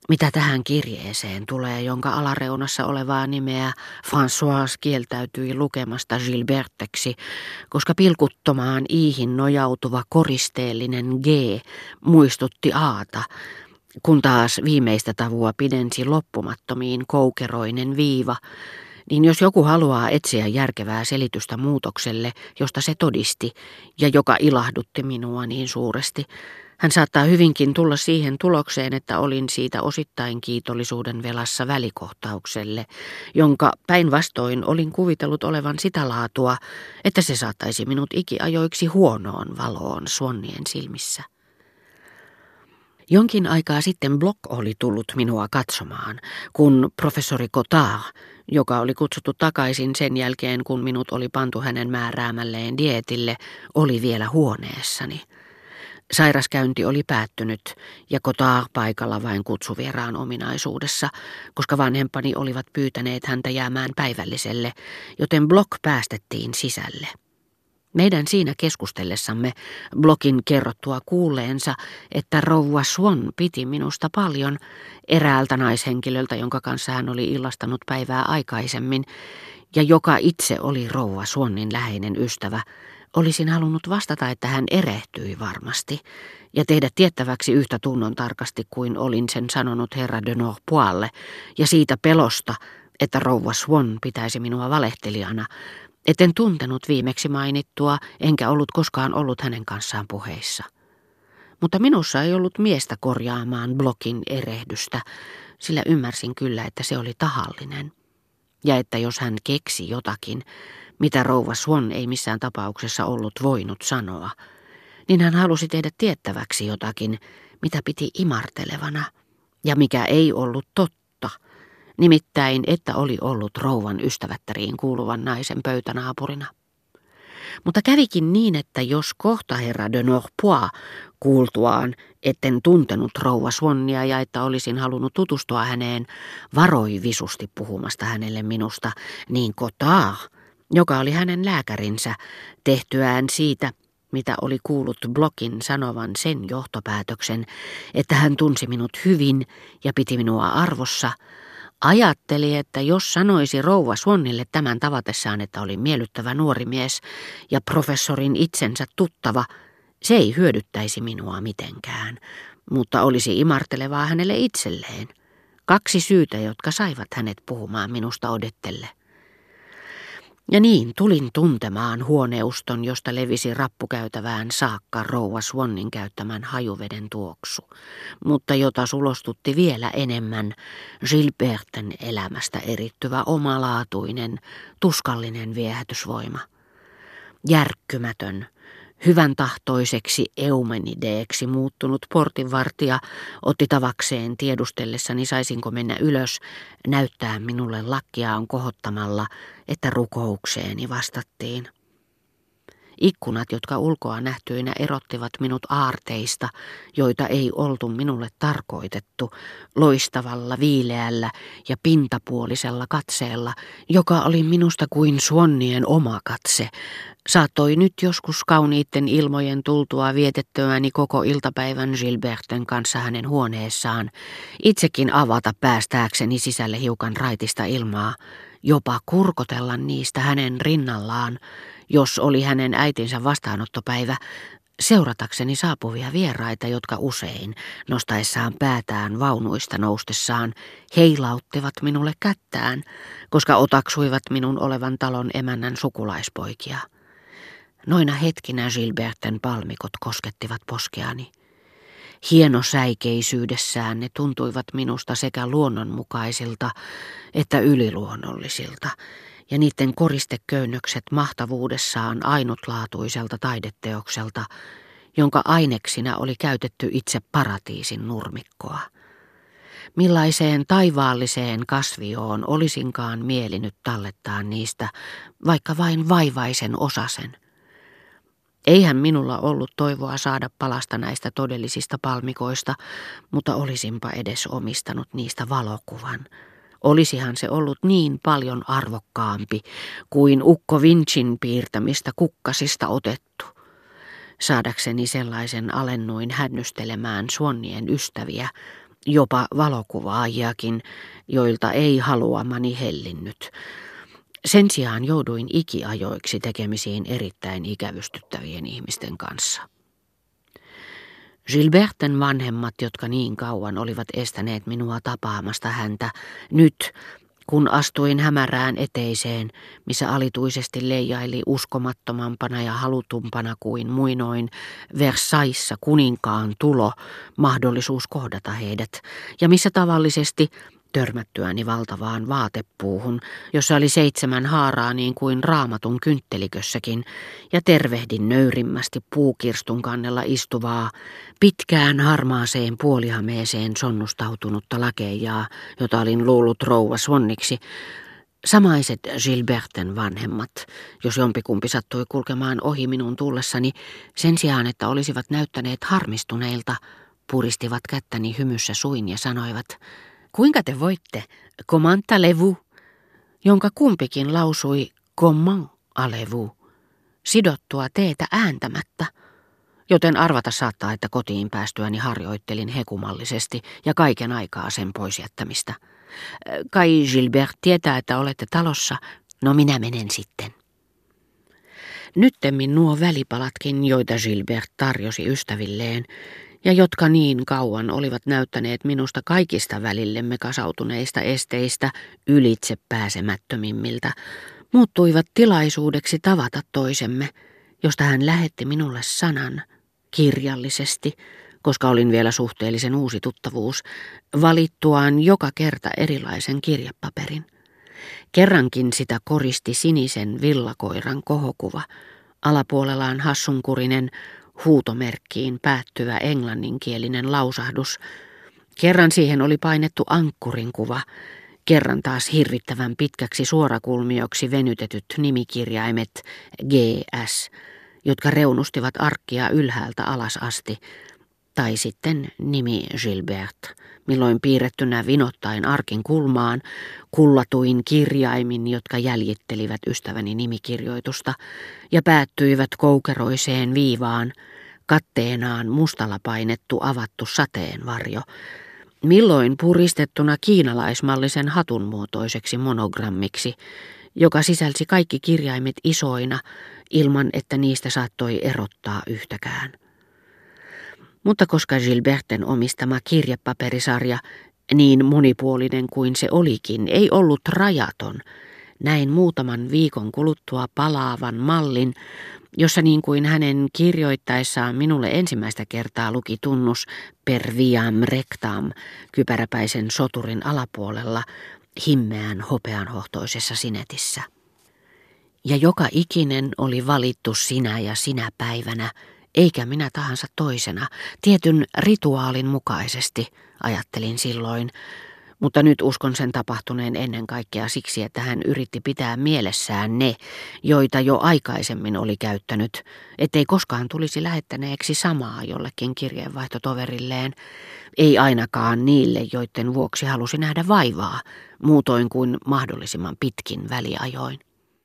Mitä tähän kirjeeseen tulee, jonka alareunassa olevaa nimeä François kieltäytyi lukemasta Gilberteksi, koska pilkuttomaan iihin nojautuva koristeellinen G muistutti aata, kun taas viimeistä tavua pidensi loppumattomiin koukeroinen viiva, niin jos joku haluaa etsiä järkevää selitystä muutokselle, josta se todisti ja joka ilahdutti minua niin suuresti, hän saattaa hyvinkin tulla siihen tulokseen, että olin siitä osittain kiitollisuuden velassa välikohtaukselle, jonka päinvastoin olin kuvitellut olevan sitä laatua, että se saattaisi minut ikiajoiksi huonoon valoon Swannien silmissä. Jonkin aikaa sitten Block oli tullut minua katsomaan, kun professori Cotard, joka oli kutsuttu takaisin sen jälkeen, kun minut oli pantu hänen määräämälleen dietille, oli vielä huoneessani. Sairaskäynti oli päättynyt ja Cotard paikalla vain kutsuvieraan ominaisuudessa, koska vanhempani olivat pyytäneet häntä jäämään päivälliselle, joten Block päästettiin sisälle. Meidän siinä keskustellessamme Blockin kerrottua kuulleensa, että rouva Swann piti minusta paljon eräältä naishenkilöltä, jonka kanssa hän oli illastanut päivää aikaisemmin, ja joka itse oli rouva Swannin läheinen ystävä, olisin halunnut vastata, että hän erehtyi varmasti, ja tehdä tiettäväksi yhtä tunnon tarkasti kuin olin sen sanonut herra de Norpoiselle, ja siitä pelosta, että rouva Swann pitäisi minua valehtelijana, etten tuntenut viimeksi mainittua, enkä ollut koskaan ollut hänen kanssaan puheissa. Mutta minussa ei ollut miestä korjaamaan Blockin erehdystä, sillä ymmärsin kyllä, että se oli tahallinen. Ja että jos hän keksi jotakin, mitä rouva Swann ei missään tapauksessa ollut voinut sanoa, niin hän halusi tehdä tiettäväksi jotakin, mitä piti imartelevana, ja mikä ei ollut totta. Nimittäin, että oli ollut rouvan ystävättäriin kuuluvan naisen pöytänaapurina. Mutta kävikin niin, että jos kohta herra de Norpois kuultuaan, etten tuntenut rouva Swannia ja että olisin halunnut tutustua häneen, varoi visusti puhumasta hänelle minusta, niin Cotard, joka oli hänen lääkärinsä, tehtyään siitä, mitä oli kuullut Blockin sanovan sen johtopäätöksen, että hän tunsi minut hyvin ja piti minua arvossa, ajatteli, että jos sanoisi rouva Swannille tämän tavatessaan, että oli miellyttävä nuori mies ja professorin itsensä tuttava, se ei hyödyttäisi minua mitenkään, mutta olisi imartelevaa hänelle itselleen. 2 syytä, jotka saivat hänet puhumaan minusta odettelle. Ja niin tulin tuntemaan huoneuston, josta levisi rappukäytävään saakka rouva Swannin käyttämän hajuveden tuoksu, mutta jota sulostutti vielä enemmän Gilberten elämästä erittyvä omalaatuinen, tuskallinen viehätysvoima. Järkkymätön, hyvän tahtoiseksi Eumenideeksi muuttunut portinvartija otti tavakseen tiedustellessani saisinko mennä ylös näyttää minulle lakkiaan kohottamalla, että rukoukseeni vastattiin. Ikkunat, jotka ulkoa nähtyinä erottivat minut aarteista, joita ei oltu minulle tarkoitettu, loistavalla, viileällä ja pintapuolisella katseella, joka oli minusta kuin Swannien oma katse, saattoi nyt joskus kauniitten ilmojen tultua vietettyäni koko iltapäivän Gilberten kanssa hänen huoneessaan, itsekin avata päästääkseni sisälle hiukan raitista ilmaa, jopa kurkotella niistä hänen rinnallaan, jos oli hänen äitinsä vastaanottopäivä, seuratakseni saapuvia vieraita, jotka usein, nostaessaan päätään vaunuista noustessaan, heilauttivat minulle kättään, koska otaksuivat minun olevan talon emännän sukulaispoikia. Noina hetkinä Gilberten palmikot koskettivat poskeani. Hienosäikeisyydessään ne tuntuivat minusta sekä luonnonmukaisilta että yliluonnollisilta, ja niiden koristeköynnökset mahtavuudessaan ainutlaatuiselta taideteokselta, jonka aineksina oli käytetty itse paratiisin nurmikkoa. Millaiseen taivaalliseen kasvioon olisinkaan mielinyt tallettaa niistä, vaikka vain vaivaisen osasen. Eihän minulla ollut toivoa saada palasta näistä todellisista palmikoista, mutta olisinpa edes omistanut niistä valokuvan. Olisihan se ollut niin paljon arvokkaampi kuin ukko Vincin piirtämistä kukkasista otettu. Saadakseni sellaisen alennuin hännystelemään Swannien ystäviä, jopa valokuvaajiakin, joilta ei haluamani hellinnyt. Sen sijaan jouduin ikiajoiksi tekemisiin erittäin ikävystyttävien ihmisten kanssa. Gilberten vanhemmat, jotka niin kauan olivat estäneet minua tapaamasta häntä, nyt, kun astuin hämärään eteiseen, missä alituisesti leijaili uskomattomampana ja halutumpana kuin muinoin Versaillesissa kuninkaan tulo, mahdollisuus kohdata heidät, ja missä tavallisesti törmättyäni valtavaan vaatepuuhun, jossa oli 7 haaraa niin kuin Raamatun kynttelikössäkin, ja tervehdin nöyrimmästi puukirstun kannella istuvaa, pitkään harmaaseen puolihameeseen sonnustautunutta lakeijaa, jota olin luullut rouva Swanniksi. Samaiset Gilberten vanhemmat, jos jompikumpi sattui kulkemaan ohi minun tullessani, sen sijaan että olisivat näyttäneet harmistuneilta, puristivat kättäni hymyssä suin ja sanoivat: "Kuinka te voitte? Comment allez-vous?" Jonka kumpikin lausui comment allez-vous, sidottua teetä ääntämättä. Joten arvata saattaa, että kotiin päästyäni harjoittelin hekumallisesti ja kaiken aikaa sen pois jättämistä. Kai Gilbert tietää, että olette talossa, no minä menen sitten. Nyttemmin nuo välipalatkin, joita Gilbert tarjosi ystävilleen, ja jotka niin kauan olivat näyttäneet minusta kaikista välillemme kasautuneista esteistä ylitse pääsemättömimmiltä, muuttuivat tilaisuudeksi tavata toisemme, josta hän lähetti minulle sanan, kirjallisesti, koska olin vielä suhteellisen uusi tuttavuus, valittuaan joka kerta erilaisen kirjepaperin. Kerrankin sitä koristi sinisen villakoiran kohokuva, alapuolellaan hassunkurinen, huutomerkkiin päättyvä englanninkielinen lausahdus. Kerran siihen oli painettu ankkurin kuva, kerran taas hirvittävän pitkäksi suorakulmioksi venytetyt nimikirjaimet GS, jotka reunustivat arkkia ylhäältä alas asti, tai sitten nimi Gilbert, milloin piirrettynä vinottain arkin kulmaan, kullatuin kirjaimin, jotka jäljittelivät ystäväni nimikirjoitusta, ja päättyivät koukeroiseen viivaan, katteenaan mustalla painettu avattu sateenvarjo, milloin puristettuna kiinalaismallisen hatun muotoiseksi monogrammiksi, joka sisälsi kaikki kirjaimet isoina, ilman että niistä saattoi erottaa yhtäkään. Mutta koska Gilberten omistama kirjepaperisarja, niin monipuolinen kuin se olikin, ei ollut rajaton, näin muutaman viikon kuluttua palaavan mallin, jossa niin kuin hänen kirjoittaessaan minulle ensimmäistä kertaa luki tunnus per viam rectam kypäräpäisen soturin alapuolella himmeän hopeanhohtoisessa sinetissä. Ja joka ikinen oli valittu sinä ja sinä päivänä, eikä minä tahansa toisena, tietyn rituaalin mukaisesti, ajattelin silloin, mutta nyt uskon sen tapahtuneen ennen kaikkea siksi, että hän yritti pitää mielessään ne, joita jo aikaisemmin oli käyttänyt, ettei koskaan tulisi lähettäneeksi samaa jollekin kirjeenvaihtotoverilleen, ei ainakaan niille, joiden vuoksi halusi nähdä vaivaa, muutoin kuin mahdollisimman pitkin väliajoin.